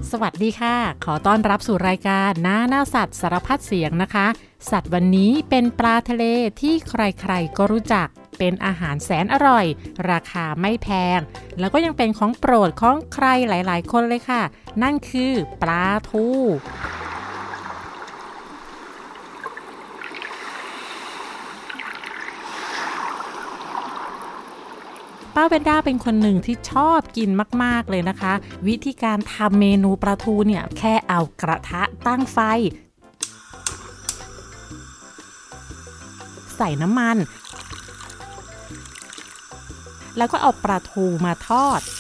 สวัสดีค่ะขอต้อนรับสู่รายการหน้าสัตว์สารพัดเสียงนะคะสัตว์วันนี้เป็นปลาทะเลที่ใครๆก็รู้จักเป็นอาหารแสนอร่อยราคาไม่แพงแล้วก็ยังเป็นของโปรดของใครหลายๆคนเลยค่ะนั่นคือปลาทูป้าเวนด้าเป็นคนหนึ่งที่ชอบกินมากๆเลยนะคะวิธีการทำเมนูปลาทูเนี่ยแค่เอากระทะตั้งไฟใส่น้ำมันแล้วก็เอาปลาทูมาทอด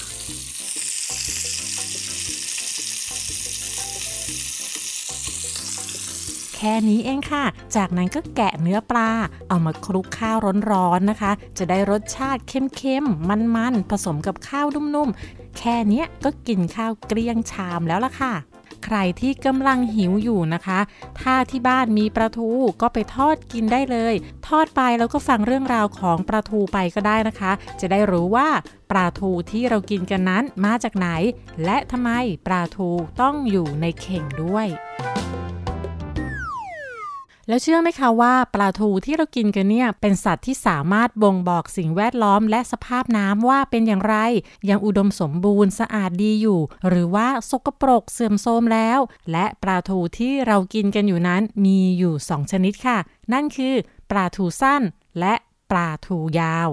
แค่นี้เองค่ะจากนั้นก็แกะเนื้อปลาเอามาคลุกข้าวร้อนๆนะคะจะได้รสชาติเค็มๆมันๆผสมกับข้าวนุ่มๆแค่นี้ก็กินข้าวเกลี้ยงชามแล้วล่ะค่ะใครที่กำลังหิวอยู่นะคะถ้าที่บ้านมีปลาทูก็ไปทอดกินได้เลยทอดไปแล้วก็ฟังเรื่องราวของปลาทูไปก็ได้นะคะจะได้รู้ว่าปลาทูที่เรากินกันนั้นมาจากไหนและทำไมปลาทูต้องอยู่ในเข่งด้วยแล้วเชื่อไหมคะว่าปลาทูที่เรากินกันเนี่ยเป็นสัตว์ที่สามารถบ่งบอกสิ่งแวดล้อมและสภาพน้ำว่าเป็นอย่างไรยังอุดมสมบูรณ์สะอาดดีอยู่หรือว่าสกปรกเสื่อมโทรมแล้วและปลาทูที่เรากินกันอยู่นั้นมีอยู่2ชนิดค่ะนั่นคือปลาทูสั้นและปลาทูยาว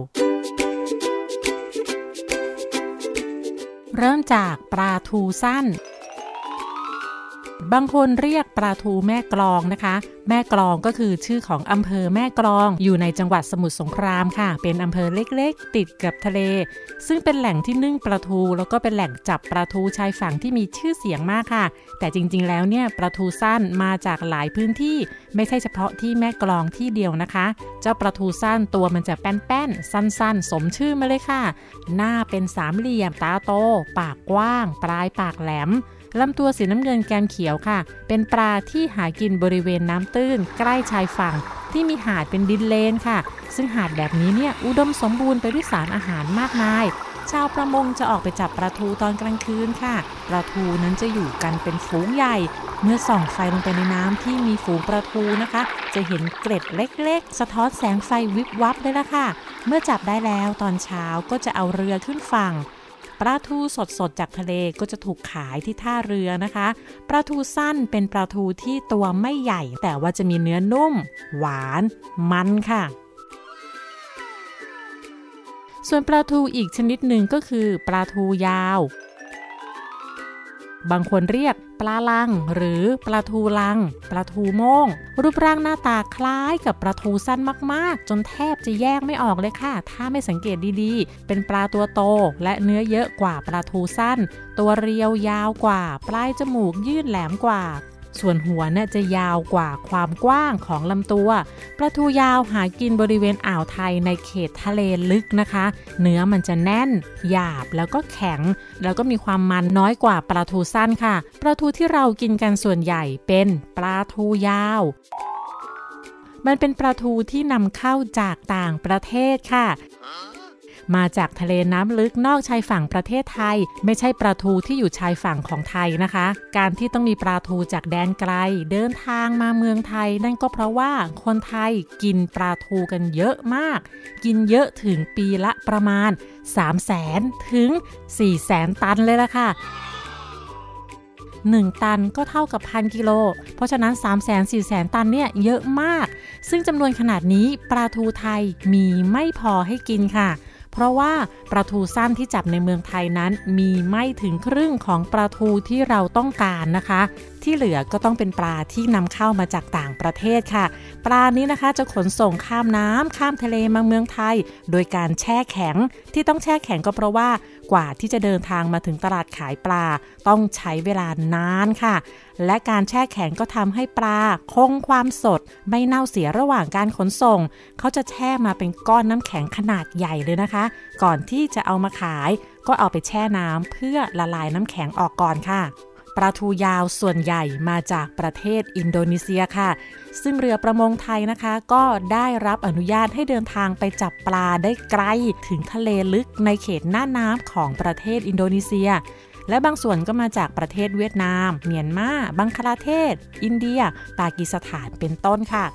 เริ่มจากปลาทูสั้นบางคนเรียกปลาทูแม่กลองนะคะแม่กลองก็คือชื่อของอำเภอแม่กลองอยู่ในจังหวัดสมุทรสงครามค่ะเป็นอำเภอเล็กๆติดกับทะเลซึ่งเป็นแหล่งที่นึ่งปลาทูแล้วก็เป็นแหล่งจับปลาทูชายฝั่งที่มีชื่อเสียงมากค่ะแต่จริงๆแล้วเนี่ยปลาทูสั้นมาจากหลายพื้นที่ไม่ใช่เฉพาะที่แม่กลองที่เดียวนะคะเจ้าปลาทูสั้นตัวมันจะแป้นๆสั้นๆสมชื่อมาเลยค่ะหน้าเป็นสามเหลี่ยมตาโตปากกว้างปลายปากแหลมลำตัวสีน้ำเงินแกมเขียวค่ะเป็นปลาที่หากินบริเวณน้ำตื้นใกล้ชายฝั่งที่มีหาดเป็นดินเลนค่ะซึ่งหาดแบบนี้เนี่ยอุดมสมบูรณ์ไปด้วยสารอาหารมากมายชาวประมงจะออกไปจับปลาทูตอนกลางคืนค่ะปลาทูนั้นจะอยู่กันเป็นฝูงใหญ่เมื่อส่องไฟลงไปในน้ำที่มีฝูงปลาทูนะคะจะเห็นเกล็ดเล็กๆสะท้อนแสงไฟวิบวับเลยล่ะค่ะเมื่อจับได้แล้วตอนเช้าก็จะเอาเรือขึ้นฝั่งปลาทูสดๆจากทะเลก็จะถูกขายที่ท่าเรือนะคะปลาทูสั้นเป็นปลาทูที่ตัวไม่ใหญ่แต่ว่าจะมีเนื้อนุ่มหวานมันค่ะส่วนปลาทูอีกชนิดหนึ่งก็คือปลาทูยาวบางคนเรียกปลาลังหรือปลาทูลังปลาทูโม่งรูปร่างหน้าตาคล้ายกับปลาทูสั้นมากๆจนแทบจะแยกไม่ออกเลยค่ะถ้าไม่สังเกตดีๆเป็นปลาตัวโตและเนื้อเยอะกว่าปลาทูสั้นตัวเรียวยาวกว่าปลายจมูกยื่นแหลมกว่าส่วนหัวเนี่ยจะยาวกว่าความกว้างของลำตัวปลาทูยาวหากินบริเวณอ่าวไทยในเขตทะเลลึกนะคะเนื้อมันจะแน่นหยาบแล้วก็แข็งแล้วก็มีความมันน้อยกว่าปลาทูสั้นค่ะปลาทูที่เรากินกันส่วนใหญ่เป็นปลาทูยาวมันเป็นปลาทูที่นำเข้าจากต่างประเทศค่ะมาจากทะเลน้ำลึกนอกชายฝั่งประเทศไทยไม่ใช่ปลาทูที่อยู่ชายฝั่งของไทยนะคะการที่ต้องมีปลาทูจากแดนไกลเดินทางมาเมืองไทยนั่นก็เพราะว่าคนไทยกินปลาทูกันเยอะมากกินเยอะถึงปีละประมาณ 300,000 ถึง 400,000 ตันเลยล่ะค่ะ1 ตันก็เท่ากับ 1,000 กิโลเพราะฉะนั้น 300,000-400,000 ตันเนี่ยเยอะมากซึ่งจำนวนขนาดนี้ปลาทูไทยมีไม่พอให้กินค่ะเพราะว่าปลาทูสั้นที่จับในเมืองไทยนั้นมีไม่ถึงครึ่งของปลาทูที่เราต้องการนะคะที่เหลือก็ต้องเป็นปลาที่นำเข้ามาจากต่างประเทศค่ะปลานี้นะคะจะขนส่งข้ามน้ำข้ามทะเลมาเมืองไทยโดยการแช่แข็งที่ต้องแช่แข็งก็เพราะว่ากว่าที่จะเดินทางมาถึงตลาดขายปลาต้องใช้เวลานานค่ะและการแช่แข็งก็ทำให้ปลาคงความสดไม่เน่าเสียระหว่างการขนส่งเขาจะแช่มาเป็นก้อนน้ำแข็งขนาดใหญ่เลยนะคะก่อนที่จะเอามาขายก็เอาไปแช่น้ำเพื่อละลายน้ำแข็งออกก่อนค่ะปลาทูยาวส่วนใหญ่มาจากประเทศอินโดนีเซียค่ะซึ่งเรือประมงไทยนะคะก็ได้รับอนุญาตให้เดินทางไปจับปลาได้ไกลถึงทะเลลึกในเขตหน้าน้ำของประเทศอินโดนีเซียและบางส่วนก็มาจากประเทศเวียดนามเมียนมาบังคลาเทศอินเดียปากีสถานเป็นต้นค่ะ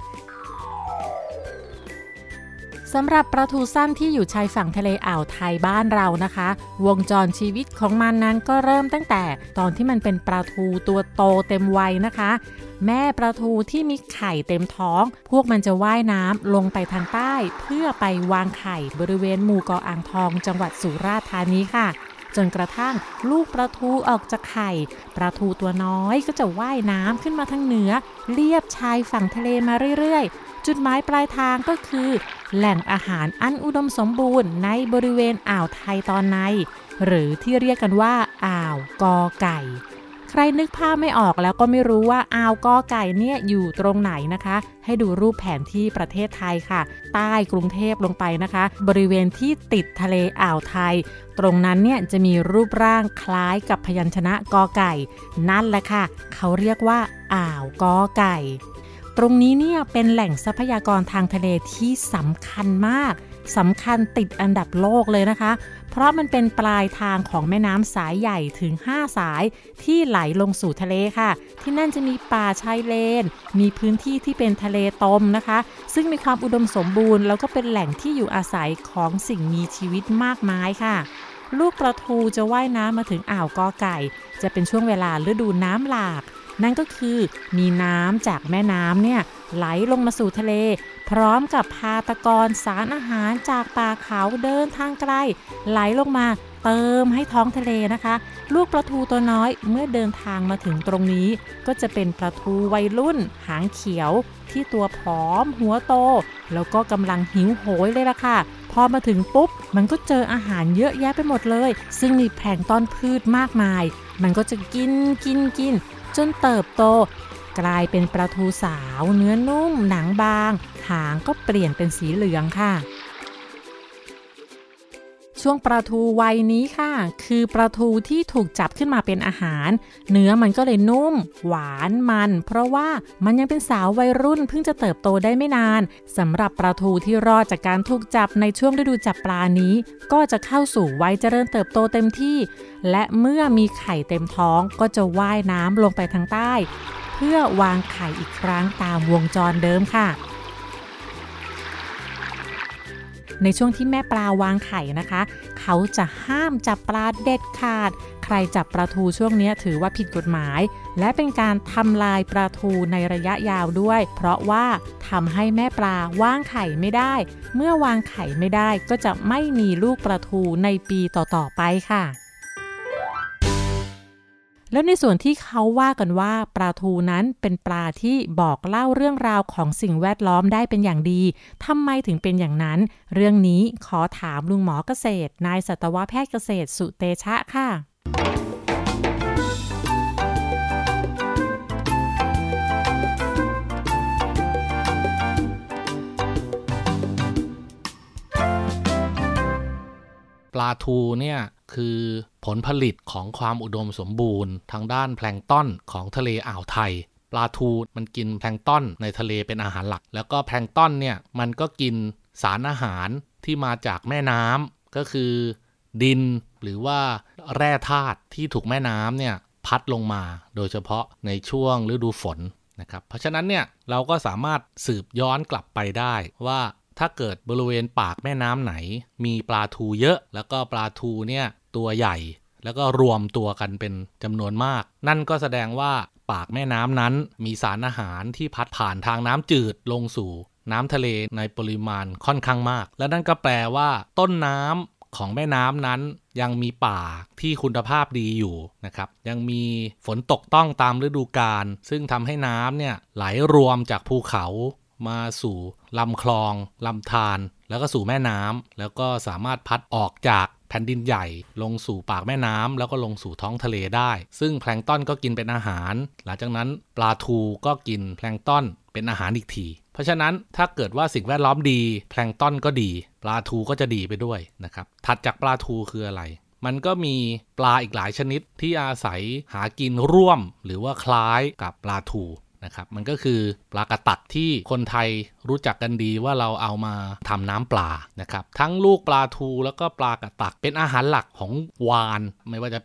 สำหรับปลาทูสั้นที่อยู่ชายฝั่งทะเลอ่าวไทยบ้านเรานะคะวงจรชีวิตของมันนั้นก็เริ่มตั้งแต่ตอนที่มันเป็นปลาทูตัวโตเต็มวัยนะคะแม่ปลาทูที่มีไข่เต็มท้องพวกมันจะว่ายน้ำลงไปทางใต้เพื่อไปวางไข่บริเวณหมู่เกาะอ่างทองจังหวัดสุราษฎร์ธานีค่ะจนกระทั่งลูกปลาทูออกจากไข่ปลาทูตัวน้อยก็จะว่ายน้ำขึ้นมาทางเหนือเลียบชายฝั่งทะเลมาเรื่อยๆจุดหมายปลายทางก็คือแหล่งอาหารอันอุดมสมบูรณ์ในบริเวณอ่าวไทยตอนในหรือที่เรียกกันว่าอ่าวกอไก่ใครนึกภาพไม่ออกแล้วก็ไม่รู้ว่าอ่าวกอไก่เนี่ยอยู่ตรงไหนนะคะให้ดูรูปแผนที่ประเทศไทยค่ะใต้กรุงเทพลงไปนะคะบริเวณที่ติดทะเลอ่าวไทยตรงนั้นเนี่ยจะมีรูปร่างคล้ายกับพยัญชนะกอไก่นั่นแหละค่ะเขาเรียกว่าอ่าวกอไก่ตรงนี้เนี่ยเป็นแหล่งทรัพยากรทางทะเลที่สำคัญมากสำคัญติดอันดับโลกเลยนะคะเพราะมันเป็นปลายทางของแม่น้ำสายใหญ่ถึง5สายที่ไหลลงสู่ทะเลค่ะที่นั่นจะมีป่าชายเลนมีพื้นที่ที่เป็นทะเลตมนะคะซึ่งมีความอุดมสมบูรณ์แล้วก็เป็นแหล่งที่อยู่อาศัยของสิ่งมีชีวิตมากมายค่ะลูกปลาทูจะว่ายน้ำมาถึงอ่าวกอไก่จะเป็นช่วงเวลาฤดูน้ำหลากนั่นก็คือมีน้ำจากแม่น้ำเนี่ยไหลลงมาสู่ทะเลพร้อมกับพาตะกอนสารอาหารจากป่าเขาเดินทางไกลไหลลงมาเติมให้ท้องทะเลนะคะลูกปลาทูตัวน้อยเมื่อเดินทางมาถึงตรงนี้ก็จะเป็นปลาทูวัยรุ่นหางเขียวที่ตัวผอมหัวโตแล้วก็กำลังหิวโหยเลยล่ะค่ะพอมาถึงปุ๊บมันก็เจออาหารเยอะแยะไปหมดเลยซึ่งมีแพลงก์ตอนพืชมากมายมันก็จะกินจนเติบโตกลายเป็นปลาทูสาวเนื้อนุ่มหนังบางหางก็เปลี่ยนเป็นสีเหลืองค่ะช่วงปลาทูวัยนี้ค่ะคือปลาทูที่ถูกจับขึ้นมาเป็นอาหารเนื้อมันก็เลยนุ่มหวานมันเพราะว่ามันยังเป็นสาววัยรุ่นเพิ่งจะเติบโตได้ไม่นานสำหรับปลาทูที่รอดจากการถูกจับในช่วงฤดูจับปลานี้ก็จะเข้าสู่วัยเจริญเติบโตเต็มที่และเมื่อมีไข่เต็มท้องก็จะว่ายน้ำลงไปทางใต้เพื่อวางไข่อีกครั้งตามวงจรเดิมค่ะในช่วงที่แม่ปลาวางไข่นะคะเขาจะห้ามจับปลาเด็ดขาดใครจับปลาทูช่วงนี้ถือว่าผิดกฎหมายและเป็นการทำลายปลาทูในระยะยาวด้วยเพราะว่าทำให้แม่ปลาวางไข่ไม่ได้เมื่อวางไข่ไม่ได้ก็จะไม่มีลูกปลาทูในปีต่อๆไปค่ะแล้วในส่วนที่เขาว่ากันว่าปลาทูนั้นเป็นปลาที่บอกเล่าเรื่องราวของสิ่งแวดล้อมได้เป็นอย่างดีทำไมถึงเป็นอย่างนั้นเรื่องนี้ขอถามลุงหมอเกษตรนายสัตวแพทย์เกษตรสุเตชะค่ะปลาทูเนี่ยคือผลผลิตของความอุดมสมบูรณ์ทางด้านแพลงก์ตอนของทะเลอ่าวไทยปลาทูมันกินแพลงก์ตอนในทะเลเป็นอาหารหลักแล้วก็แพลงก์ตอนเนี่ยมันก็กินสารอาหารที่มาจากแม่น้ำก็คือดินหรือว่าแร่ธาตุที่ถูกแม่น้ำเนี่ยพัดลงมาโดยเฉพาะในช่วงฤดูฝนนะครับเพราะฉะนั้นเนี่ยเราก็สามารถสืบย้อนกลับไปได้ว่าถ้าเกิดบริเวณปากแม่น้ำไหนมีปลาทูเยอะแล้วก็ปลาทูเนี่ยตัวใหญ่แล้วก็รวมตัวกันเป็นจำนวนมากนั่นก็แสดงว่าปากแม่น้ำนั้นมีสารอาหารที่พัดผ่านทางน้ำจืดลงสู่น้ำทะเลในปริมาณค่อนข้างมากและนั่นก็แปลว่าต้นน้ำของแม่น้ำนั้นยังมีป่าที่คุณภาพดีอยู่นะครับยังมีฝนตกต้องตามฤดูกาลซึ่งทำให้น้ำเนี่ยไหลรวมจากภูเขามาสู่ลำคลองลำธารแล้วก็สู่แม่น้ำแล้วก็สามารถพัดออกจากแผ่นดินใหญ่ลงสู่ปากแม่น้ำแล้วก็ลงสู่ท้องทะเลได้ซึ่งแพลงก์ตอนก็กินเป็นอาหารหลังจากนั้นปลาทูก็กินแพลงก์ตอนเป็นอาหารอีกทีเพราะฉะนั้นถ้าเกิดว่าสิ่งแวดล้อมดีแพลงก์ตอนก็ดีปลาทูก็จะดีไปด้วยนะครับถัดจากปลาทูคืออะไรมันก็มีปลาอีกหลายชนิดที่อาศัยหากินร่วมหรือว่าคล้ายกับปลาทูนะครับมันก็คือปลากระตักที่คนไทยรู้จักกันดีว่าเราเอามาทำน้ำปลานะครับทั้งลูกปลาทูแล้วก็ปลากระตักเป็นอาหารหลักของวาฬไม่ว่าจะเป็น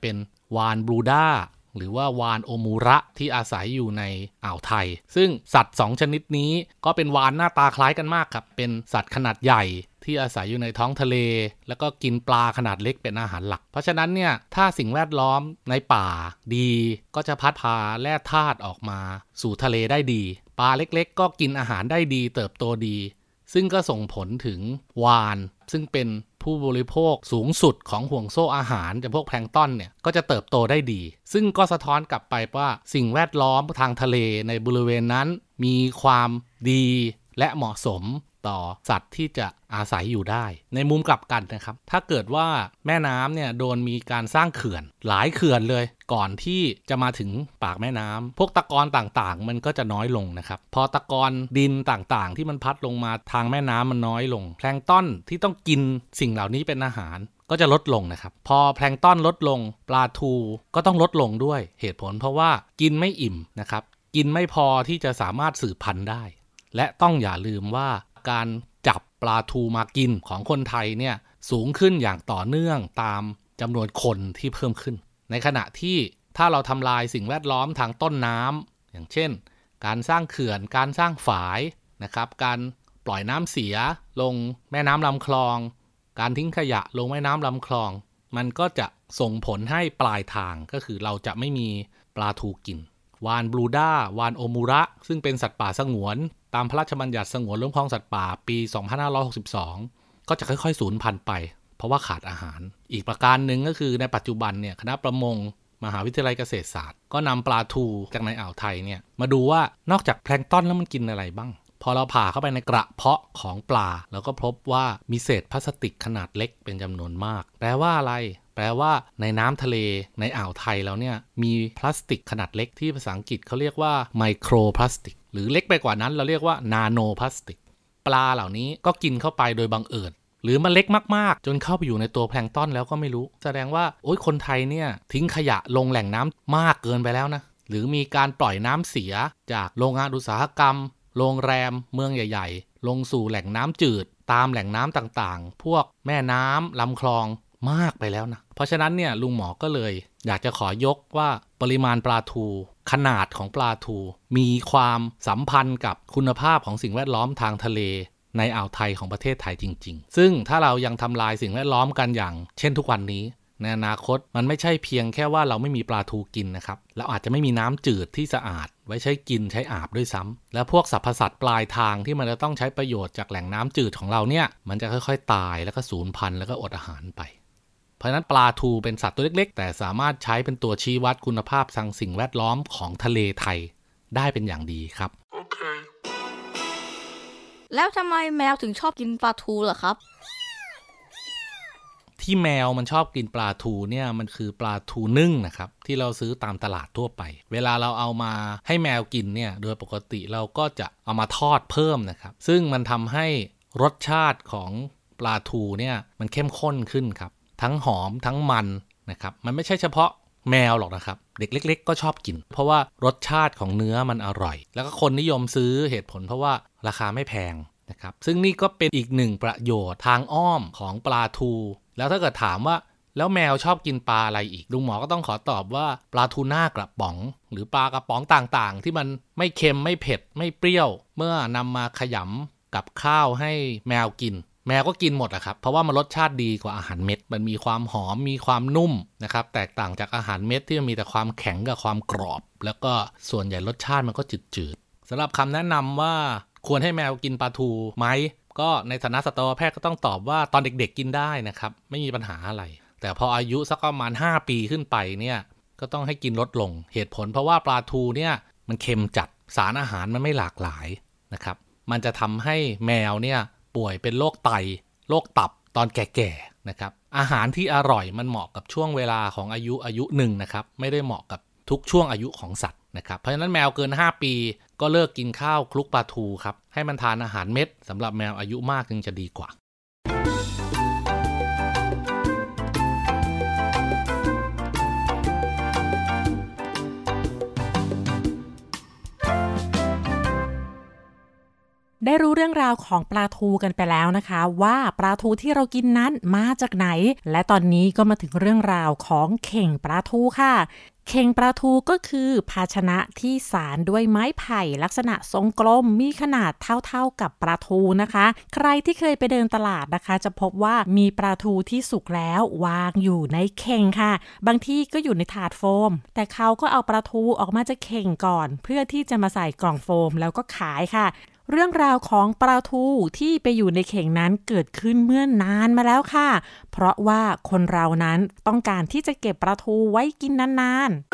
วาฬบลูด้าหรือว่าวาฬโอมูระที่อาศัยอยู่ในอ่าวไทยซึ่งสัตว์2ชนิดนี้ก็เป็นวาฬหน้าตาคล้ายกันมากครับเป็นสัตว์ขนาดใหญ่ที่อาศัยอยู่ในท้องทะเลแล้วก็กินปลาขนาดเล็กเป็นอาหารหลักเพราะฉะนั้นเนี่ยถ้าสิ่งแวดล้อมในป่าดีก็จะพัดพาแร่ธาตุออกมาสู่ทะเลได้ดีปลาเล็กๆก็กินอาหารได้ดีเติบโตดีซึ่งก็ส่งผลถึงวาฬซึ่งเป็นผู้บริโภคสูงสุดของห่วงโซ่อาหารจำพวกแพลงก์ตอนเนี่ยก็จะเติบโตได้ดีซึ่งก็สะท้อนกลับไปว่าสิ่งแวดล้อมทางทะเลในบริเวณนั้นมีความดีและเหมาะสมต่อสัตว์ที่จะอาศัยอยู่ได้ในมุมกลับกันนะครับถ้าเกิดว่าแม่น้ำเนี่ยโดนมีการสร้างเขื่อนหลายเขื่อนเลยก่อนที่จะมาถึงปากแม่น้ำพวกตะกอนต่างๆมันก็จะน้อยลงนะครับพอตะกอนดินต่างๆที่มันพัดลงมาทางแม่น้ำมันน้อยลงแพลงก์ตอนที่ต้องกินสิ่งเหล่านี้เป็นอาหารก็จะลดลงนะครับพอแพลงก์ตอนลดลงปลาทูก็ต้องลดลงด้วยเหตุผลเพราะว่ากินไม่อิ่มนะครับกินไม่พอที่จะสามารถสืบพันธุ์ได้และต้องอย่าลืมว่าการจับปลาทูมากินของคนไทยเนี่ยสูงขึ้นอย่างต่อเนื่องตามจำนวนคนที่เพิ่มขึ้นในขณะที่ถ้าเราทำลายสิ่งแวดล้อมทางต้นน้ำอย่างเช่นการสร้างเขื่อนการสร้างฝายนะครับการปล่อยน้ำเสียลงแม่น้ำลำคลองการทิ้งขยะลงแม่น้ำลำคลองมันก็จะส่งผลให้ปลายทางก็คือเราจะไม่มีปลาทูกินวาฬบลูด้าวาฬโอมูระซึ่งเป็นสัตว์ป่าสงวนตามพระราชบัญญัติสงวนและคุ้มครองสัตว์ป่าปี 2562 ก็จะค่อยๆสูญพันธุ์ไปเพราะว่าขาดอาหารอีกประการหนึ่งก็คือในปัจจุบันเนี่ยคณะประมงมหาวิทยาลัยเกษตรศาสตร์ก็นำปลาทูจากในอ่าวไทยเนี่ยมาดูว่านอกจากแพลงก์ตอนแล้วมันกินอะไรบ้างพอเราผ่าเข้าไปในกระเพาะของปลาเราก็พบว่ามีเศษพลาสติกขนาดเล็กเป็นจำนวนมากแปลว่าอะไรแปลว่าในน้ำทะเลในอ่าวไทยแล้วเนี่ยมีพลาสติกขนาดเล็กที่ภาษาอังกฤษเขาเรียกว่าไมโครพลาสติกหรือเล็กไปกว่านั้นเราเรียกว่านาโนพลาสติกปลาเหล่านี้ก็กินเข้าไปโดยบังเอิญหรือมันเล็กมากๆจนเข้าไปอยู่ในตัวแพลงก์ตอนแล้วก็ไม่รู้แสดงว่าโอ๊ยคนไทยเนี่ยทิ้งขยะลงแหล่งน้ำมากเกินไปแล้วนะหรือมีการปล่อยน้ำเสียจากโรงงานอุตสาหกรรมโรงแรมเมืองใหญ่ๆลงสู่แหล่งน้ำจืดตามแหล่งน้ำต่างๆพวกแม่น้ำลำคลองมากไปแล้วนะเพราะฉะนั้นเนี่ยลุงหมอก็เลยอยากจะขอยกว่าปริมาณปลาทูขนาดของปลาทูมีความสัมพันธ์กับคุณภาพของสิ่งแวดล้อมทางทะเลในอ่าวไทยของประเทศไทยจริงๆซึ่งถ้าเรายังทำลายสิ่งแวดล้อมกันอย่างเช่นทุกวันนี้ในอนาคตมันไม่ใช่เพียงแค่ว่าเราไม่มีปลาทูกินนะครับเราอาจจะไม่มีน้ำจืดที่สะอาดไว้ใช้กินใช้อาบด้วยซ้ำและพวกสรรพสัตว์ปลายทางที่มันจะต้องใช้ประโยชน์จากแหล่งน้ำจืดของเราเนี่ยมันจะค่อยๆตายแล้วก็สูญพันธุ์แล้วก็อดอาหารไปเพราะฉะนั้นปลาทูเป็นสัตว์ตัวเล็กๆแต่สามารถใช้เป็นตัวชี้วัดคุณภาพทางสิ่งแวดล้อมของทะเลไทยได้เป็นอย่างดีครับโอเคแล้วทำไมแมวถึงชอบกินปลาทูล่ะครับที่แมวมันชอบกินปลาทูเนี่ยมันคือปลาทูนึ่งนะครับที่เราซื้อตามตลาดทั่วไปเวลาเราเอามาให้แมวกินเนี่ยโดยปกติเราก็จะเอามาทอดเพิ่มนะครับซึ่งมันทำให้รสชาติของปลาทูเนี่ยมันเข้มข้นขึ้นครับทั้งหอมทั้งมันนะครับมันไม่ใช่เฉพาะแมวหรอกนะครับเด็กเล็กๆก็ชอบกินเพราะว่ารสชาติของเนื้อมันอร่อยแล้วก็คนนิยมซื้อเหตุผลเพราะว่าราคาไม่แพงนะครับซึ่งนี่ก็เป็นอีกหนึ่งประโยชน์ทางอ้อมของปลาทูแล้วถ้าเกิดถามว่าแล้วแมวชอบกินปลาอะไรอีกลุงหมอก็ต้องขอตอบว่าปลาทูน่ากระป๋องหรือปลากระป๋องต่างๆที่มันไม่เค็มไม่เผ็ดไม่เปรี้ยวเมื่อนำมาขยำกับข้าวให้แมวกินแมวก็กินหมดอะครับเพราะว่ามันรสชาติดีกว่าอาหารเม็ดมันมีความหอมมีความนุ่มนะครับแตกต่างจากอาหารเม็ดที่มันมีแต่ความแข็งกับความกรอบแล้วก็ส่วนใหญ่รสชาติมันก็จืดๆสำหรับคำแนะนำว่าควรให้แมวกินปลาทูไหมก็ในฐานะสัตวแพทย์ก็ต้องตอบว่าตอนเด็กๆกินได้นะครับไม่มีปัญหาอะไรแต่พออายุสักประมาณ5ปีขึ้นไปเนี่ยก็ต้องให้กินลดลงเหตุผลเพราะว่าปลาทูเนี่ยมันเค็มจัดสารอาหารมันไม่หลากหลายนะครับมันจะทำให้แมวเนี่ยป่วยเป็นโรคไตโรคตับตอนแก่ๆนะครับอาหารที่อร่อยมันเหมาะกับช่วงเวลาของอายุหนึ่งนะครับไม่ได้เหมาะกับทุกช่วงอายุของสัตว์นะครับเพราะฉะนั้นแมวเกิน5ปีก็เลิกกินข้าวคลุกปลาทูครับให้มันทานอาหารเม็ดสำหรับแมวอายุมากจึงจะดีกว่าได้รู้เรื่องราวของปลาทูกันไปแล้วนะคะว่าปลาทูที่เรากินนั้นมาจากไหนและตอนนี้ก็มาถึงเรื่องราวของเข่งปลาทูค่ะเข่งปลาทูก็คือภาชนะที่สานด้วยไม้ไผ่ลักษณะทรงกลมมีขนาดเท่ากับปลาทูนะคะใครที่เคยไปเดินตลาดนะคะจะพบว่ามีปลาทูที่สุกแล้ววางอยู่ในเข่งค่ะบางที่ก็อยู่ในถาดโฟมแต่เขาก็เอาปลาทูออกมาจากเข่งก่อนเพื่อที่จะมาใส่กล่องโฟมแล้วก็ขายค่ะเรื่องราวของปลาทูที่ไปอยู่ในเข่งนั้นเกิดขึ้นเมื่อนานมาแล้วค่ะเพราะว่าคนเรานั้นต้องการที่จะเก็บปลาทูไว้กินนานๆ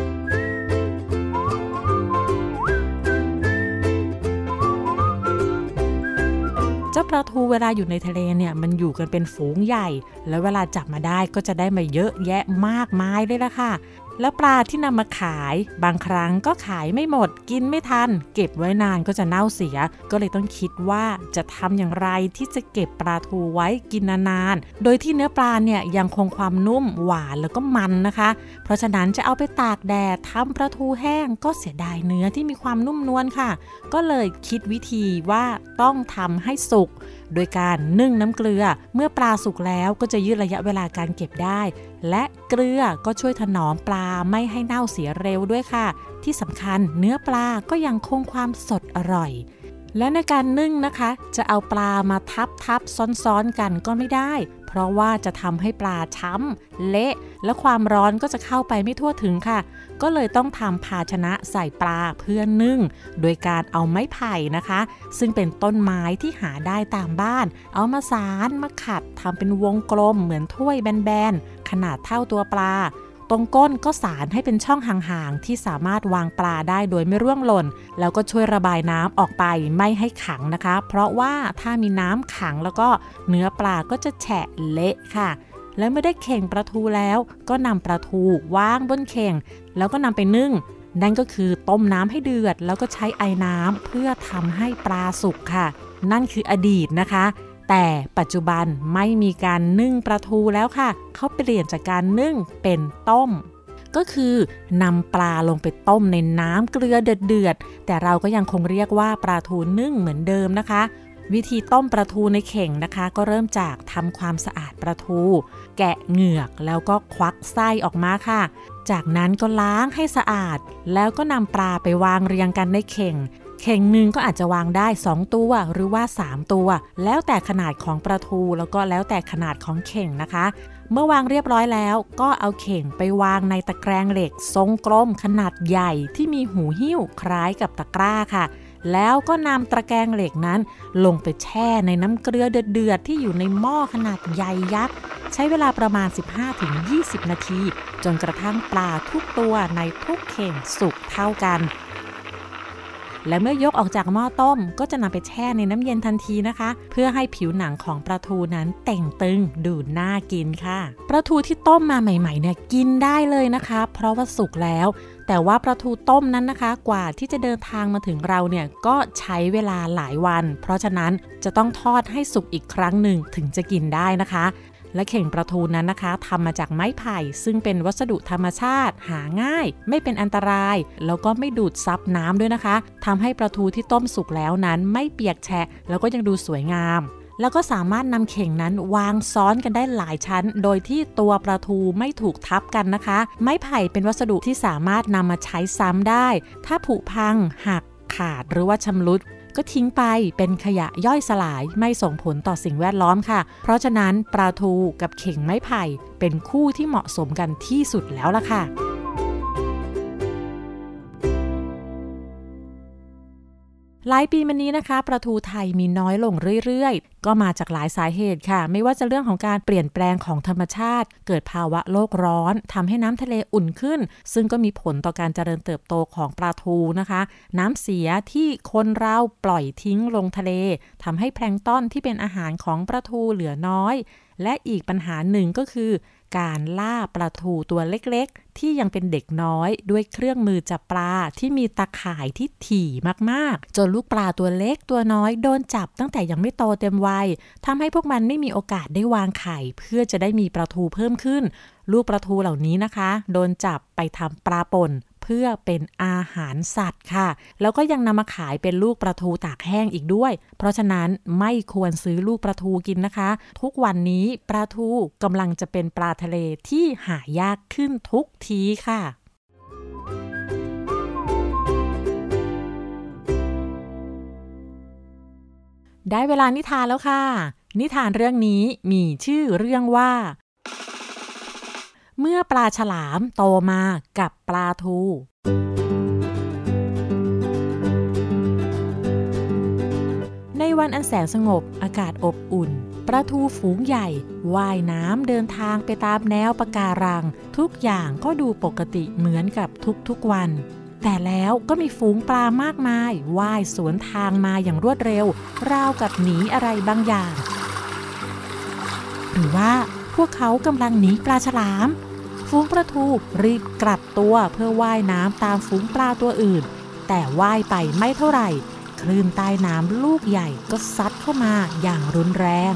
เจ้าปลาทูเวลาอยู่ในทะเลเนี่ยมันอยู่กันเป็นฝูงใหญ่แล้วเวลาจับมาได้ก็จะได้มาเยอะแยะมากมายเลยล่ะค่ะแล้วปลาที่นำมาขายบางครั้งก็ขายไม่หมดกินไม่ทันเก็บไว้นานก็จะเน่าเสียก็เลยต้องคิดว่าจะทำอย่างไรที่จะเก็บปลาทูไว้กินนานๆโดยที่เนื้อปลาเนี่ยยังคงความนุ่มหวานแล้วก็มันนะคะเพราะฉะนั้นจะเอาไปตากแดดทำปลาทูแห้งก็เสียดายเนื้อที่มีความนุ่มนวลค่ะก็เลยคิดวิธีว่าต้องทำให้สุกโดยการนึ่งน้ำเกลือเมื่อปลาสุกแล้วก็จะยืดระยะเวลาการเก็บได้และเกลือก็ช่วยถนอมปลาไม่ให้เน่าเสียเร็วด้วยค่ะที่สำคัญเนื้อปลาก็ยังคงความสดอร่อยและในการนึ่งนะคะจะเอาปลามาทับซ้อนๆกันก็ไม่ได้เพราะว่าจะทำให้ปลาช้ำเละและความร้อนก็จะเข้าไปไม่ทั่วถึงค่ะก็เลยต้องทำภาชนะใส่ปลาเพื่อนึ่งโดยการเอาไม้ไผ่นะคะซึ่งเป็นต้นไม้ที่หาได้ตามบ้านเอามาสานมาขัดทำเป็นวงกลมเหมือนถ้วยแบนๆขนาดเท่าตัวปลาตรงก้นก็สานให้เป็นช่องห่างๆที่สามารถวางปลาได้โดยไม่ร่วงหล่นแล้วก็ช่วยระบายน้ำออกไปไม่ให้ขังนะคะเพราะว่าถ้ามีน้ำขังแล้วก็เนื้อปลาก็จะแฉะเละค่ะและเมื่อได้เข่งปลาทูแล้วก็นำปลาทูวางบนเข่งแล้วก็นำไปนึ่งนั่นก็คือต้มน้ำให้เดือดแล้วก็ใช้ไอน้ำเพื่อทำให้ปลาสุกค่ะนั่นคืออดีตนะคะแต่ปัจจุบันไม่มีการนึ่งปลาทูแล้วค่ะเขาเปลี่ยนจากการนึ่งเป็นต้มก็คือนำปลาลงไปต้มในน้ำเกลือเดือดแต่เราก็ยังคงเรียกว่าปลาทูนึ่งเหมือนเดิมนะคะวิธีต้มปลาทูในเข่งนะคะก็เริ่มจากทำความสะอาดปลาทูแกะเหงือกแล้วก็ควักไส้ออกมาค่ะจากนั้นก็ล้างให้สะอาดแล้วก็นำปลาไปวางเรียงกันในเข่งหนึ่งก็อาจจะวางได้2ตัวหรือว่า3ตัวแล้วแต่ขนาดของปลาทูแล้วก็แล้วแต่ขนาดของเข่งนะคะเมื่อวางเรียบร้อยแล้วก็เอาเข่งไปวางในตะแกรงเหล็กทรงกลมขนาดใหญ่ที่มีหูหิ้วคล้ายกับตะกร้าค่ะแล้วก็นำตะแกรงเหล็กนั้นลงไปแช่ในน้ำเกลือเดือดที่อยู่ในหม้อขนาดใหญ่ยักษ์ใช้เวลาประมาณ 15-20 นาทีจนกระทั่งปลาทุกตัวในทุกเข่งสุกเท่ากันและเมื่อยกออกจากหม้อต้มก็จะนำไปแช่ในน้ำเย็นทันทีนะคะเพื่อให้ผิวหนังของปลาทูนั้นเต่งตึงดูน่ากินค่ะปลาทูที่ต้มมาใหม่ๆเนี่ยกินได้เลยนะคะเพราะว่าสุกแล้วแต่ว่าปลาทูต้มนั้นนะคะกว่าที่จะเดินทางมาถึงเราเนี่ยก็ใช้เวลาหลายวันเพราะฉะนั้นจะต้องทอดให้สุกอีกครั้งหนึ่งถึงจะกินได้นะคะและเข่งปลาทูนั้นนะคะทำมาจากไม้ไผ่ซึ่งเป็นวัสดุธรรมชาติหาง่ายไม่เป็นอันตรายแล้วก็ไม่ดูดซับน้ำด้วยนะคะทำให้ปลาทูที่ต้มสุกแล้วนั้นไม่เปียกแฉะแล้วก็ยังดูสวยงามแล้วก็สามารถนำเข่งนั้นวางซ้อนกันได้หลายชั้นโดยที่ตัวปลาทูไม่ถูกทับกันนะคะไม้ไผ่เป็นวัสดุที่สามารถนำมาใช้ซ้ำได้ถ้าผุพังหักขาดหรือว่าชำรุดก็ทิ้งไปเป็นขยะย่อยสลายไม่ส่งผลต่อสิ่งแวดล้อมค่ะเพราะฉะนั้นปลาทูกับเข่งไม้ไผ่เป็นคู่ที่เหมาะสมกันที่สุดแล้วล่ะค่ะ หลายปีมานี้นะคะปลาทูไทยมีน้อยลงเรื่อยๆก็มาจากหลายสาเหตุค่ะไม่ว่าจะเรื่องของการเปลี่ยนแปลงของธรรมชาติเกิดภาวะโลกร้อนทำให้น้ำทะเลอุ่นขึ้นซึ่งก็มีผลต่อการเจริญเติบโตของปลาทูนะคะน้ำเสียที่คนเราปล่อยทิ้งลงทะเลทำให้แพลงก์ตอนที่เป็นอาหารของปลาทูเหลือน้อยและอีกปัญหาหนึ่งก็คือการล่าปลาทูตัวเล็กๆที่ยังเป็นเด็กน้อยด้วยเครื่องมือจับปลาที่มีตาข่ายที่ถี่มากๆจนลูกปลาตัวเล็กตัวน้อยโดนจับตั้งแต่ยังไม่โตเต็มวัยทำให้พวกมันไม่มีโอกาสได้วางไข่เพื่อจะได้มีปลาทูเพิ่มขึ้นลูกปลาทูเหล่านี้นะคะโดนจับไปทำปลาป่นเพื่อเป็นอาหารสัตว์ค่ะแล้วก็ยังนำมาขายเป็นลูกปลาทูตากแห้งอีกด้วยเพราะฉะนั้นไม่ควรซื้อลูกปลาทูกินนะคะทุกวันนี้ปลาทูกำลังจะเป็นปลาทะเลที่หายากขึ้นทุกทีค่ะได้เวลานิทานแล้วค่ะนิทานเรื่องนี้มีชื่อเรื่องว่าเมื่อปลาฉลามโตมากับปลาทูในวันอันแสนสงบอากาศอบอุ่นปลาทูฝูงใหญ่ว่ายน้ำเดินทางไปตามแนวปะการังทุกอย่างก็ดูปกติเหมือนกับทุกๆวันแต่แล้วก็มีฝูงปลามากมายว่ายสวนทางมาอย่างรวดเร็วราวกับหนีอะไรบางอย่างหรือว่าพวกเขากำลังหนีปลาฉลามฝูงปลาทูรีบกลับตัวเพื่อว่ายน้ำตามฝูงปลาตัวอื่นแต่ว่ายไปไม่เท่าไหร่คลื่นใต้น้ำลูกใหญ่ก็ซัดเข้ามาอย่างรุนแรง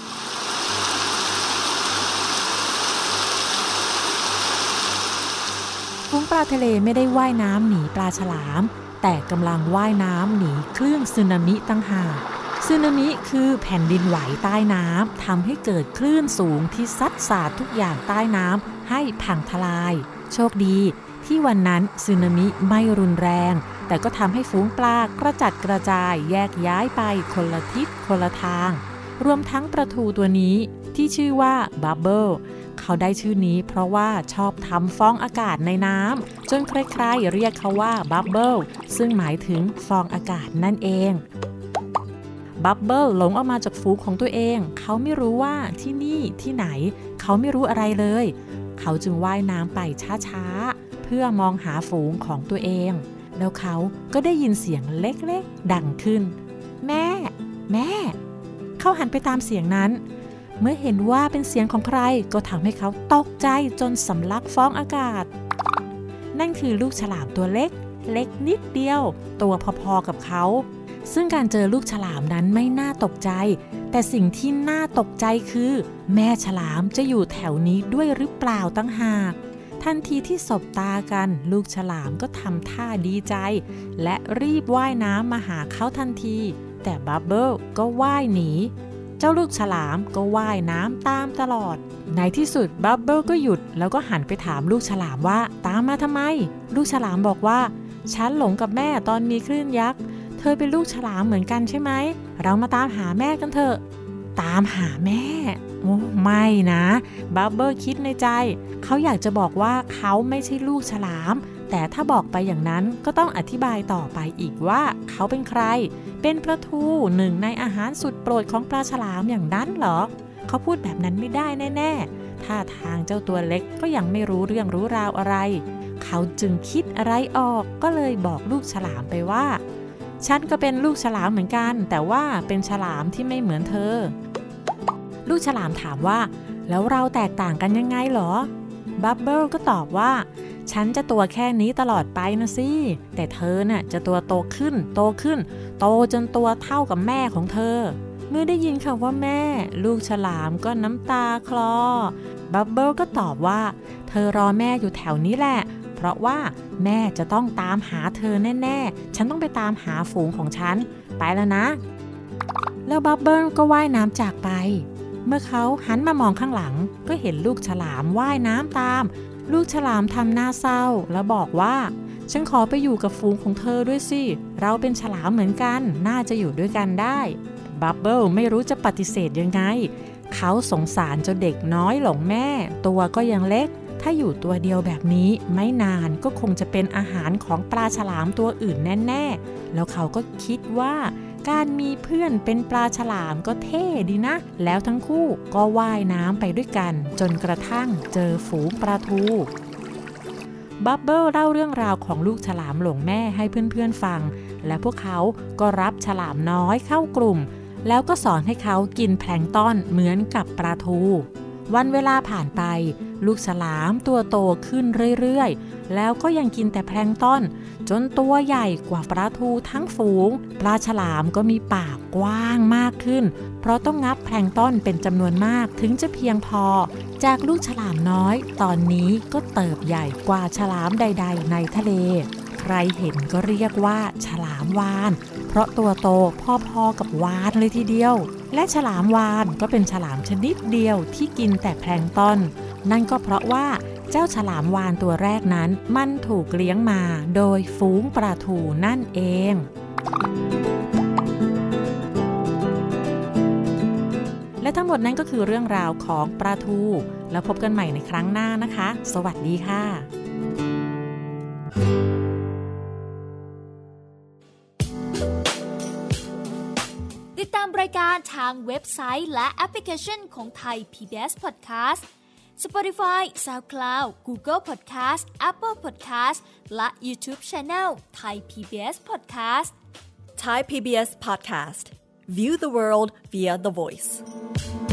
ฝูงปลาทะเลไม่ได้ว่ายน้ำหนีปลาฉลามแต่กำลังว่ายน้ำหนีคลื่นสึนามิต่างหากสึนามิคือแผ่นดินไหวใต้น้ำทำให้เกิดคลื่นสูงที่ซัดสาดทุกอย่างใต้น้ำให้พังทลายโชคดีที่วันนั้นสึนามิไม่รุนแรงแต่ก็ทำให้ฝูงปลากระจัดกระจายแยกย้ายไปคนละทิศคนละทางรวมทั้งปลาทูตัวนี้ที่ชื่อว่าบับเบิ้ลเขาได้ชื่อนี้เพราะว่าชอบทำฟองอากาศในน้ำจนใครๆเรียกเขาว่าบับเบิ้ลซึ่งหมายถึงฟองอากาศนั่นเองบับเบิ้ลหลงออกมาจากฝูงของตัวเองเขาไม่รู้ว่าที่นี่ที่ไหนเขาไม่รู้อะไรเลยเขาจึงว่ายน้ำไปช้าๆเพื่อมองหาฝูงของตัวเองแล้วเขาก็ได้ยินเสียงเล็กๆดังขึ้นแม่แม่เขาหันไปตามเสียงนั้นเมื่อเห็นว่าเป็นเสียงของใครก็ทำให้เขาตกใจจนสำลักฟองอากาศนั่นคือลูกฉลามตัวเล็กนิดเดียวตัวพอๆกับเขาซึ่งการเจอลูกฉลามนั้นไม่น่าตกใจแต่สิ่งที่น่าตกใจคือแม่ฉลามจะอยู่แถวนี้ด้วยหรือเปล่าตั้งหากทันทีที่สบตากันลูกฉลามก็ทำท่าดีใจและรีบว่ายน้ำมาหาเขาทันทีแต่บับเบิ้ลก็ว่ายหนีเจ้าลูกฉลามก็ว่ายน้ำตามตลอดในที่สุดบับเบิ้ลก็หยุดแล้วก็หันไปถามลูกฉลามว่าตามมาทำไมลูกฉลามบอกว่าฉันหลงกับแม่ตอนมีคลื่นยักษ์เธอเป็นลูกฉลามเหมือนกันใช่ไหมเรามาตามหาแม่กันเถอะตามหาแม่โอ้ไม่นะบับเบิ้ลคิดในใจเขาอยากจะบอกว่าเขาไม่ใช่ลูกฉลามแต่ถ้าบอกไปอย่างนั้นก็ต้องอธิบายต่อไปอีกว่าเขาเป็นใครเป็นปลาทูหนึ่งในอาหารสุดโปรดของปลาฉลามอย่างนั้นเหรอเขาพูดแบบนั้นไม่ได้แน่ๆท่าทางเจ้าตัวเล็กก็ยังไม่รู้เรื่องรู้ราวอะไรเขาจึงคิดอะไรออกก็เลยบอกลูกฉลามไปว่าฉันก็เป็นลูกฉลามเหมือนกันแต่ว่าเป็นฉลามที่ไม่เหมือนเธอลูกฉลามถามว่าแล้วเราแตกต่างกันยังไงหรอบับเบิ้ลก็ตอบว่าฉันจะตัวแค่นี้ตลอดไปนะสิแต่เธอน่ะจะตัวโตขึ้นโตจนตัวเท่ากับแม่ของเธอเมื่อได้ยินคำว่าแม่ลูกฉลามก็น้ำตาคลอบับเบิ้ลก็ตอบว่าเธอรอแม่อยู่แถวนี้แหละเพราะว่าแม่จะต้องตามหาเธอแน่ๆฉันต้องไปตามหาฝูงของฉันไปแล้วนะแล้วบับเบิ้ลก็ว่ายน้ำจากไปเมื่อเขาหันมามองข้างหลังก็เห็นลูกฉลามว่ายน้ำตามลูกฉลามทำหน้าเศร้าแล้วบอกว่าฉันขอไปอยู่กับฝูงของเธอด้วยสิเราเป็นฉลามเหมือนกันน่าจะอยู่ด้วยกันได้บับเบิ้ลไม่รู้จะปฏิเสธยังไงเขาสงสารเจ้าเด็กน้อยหลงแม่ตัวก็ยังเล็กถ้าอยู่ตัวเดียวแบบนี้ไม่นานก็คงจะเป็นอาหารของปลาฉลามตัวอื่นแน่ๆแล้วเขาก็คิดว่าการมีเพื่อนเป็นปลาฉลามก็เท่ดีนะแล้วทั้งคู่ก็ว่ายน้ำไปด้วยกันจนกระทั่งเจอฝูงปลาทูบับเบิ้ลเล่าเรื่องราวของลูกฉลามหลงแม่ให้เพื่อนๆฟังและพวกเขาก็รับฉลามน้อยเข้ากลุ่มแล้วก็สอนให้เขากินแพลงก์ตอนเหมือนกับปลาทูวันเวลาผ่านไปลูกฉลามตัวโตขึ้นเรื่อยๆแล้วก็ยังกินแต่แพลงก์ตอนจนตัวใหญ่กว่าปลาทูทั้งฝูงปลาฉลามก็มีปากกว้างมากขึ้นเพราะต้องงับแพลงก์ตอนเป็นจำนวนมากถึงจะเพียงพอจากลูกฉลามน้อยตอนนี้ก็เติบใหญ่กว่าฉลามใดๆในทะเลใครเห็นก็เรียกว่าฉลามวาฬเพราะตัวโตพอๆกับวาฬเลยทีเดียวและฉลามวาฬก็เป็นฉลามชนิดเดียวที่กินแต่แพลงก์ตอนนั่นก็เพราะว่าเจ้าฉลามวาฬตัวแรกนั้นมันถูกเลี้ยงมาโดยฝูงปลาทูนั่นเองและทั้งหมดนั้นก็คือเรื่องราวของปลาทูแล้วพบกันใหม่ในครั้งหน้านะคะสวัสดีค่ะติดตามรายการทางเว็บไซต์และแอปพลิเคชันของไทย PBS Podcast Spotify, SoundCloud, Google Podcast, Apple Podcast และ YouTube Channel Thai PBS Podcast Thai PBS Podcast. View the world via the voice.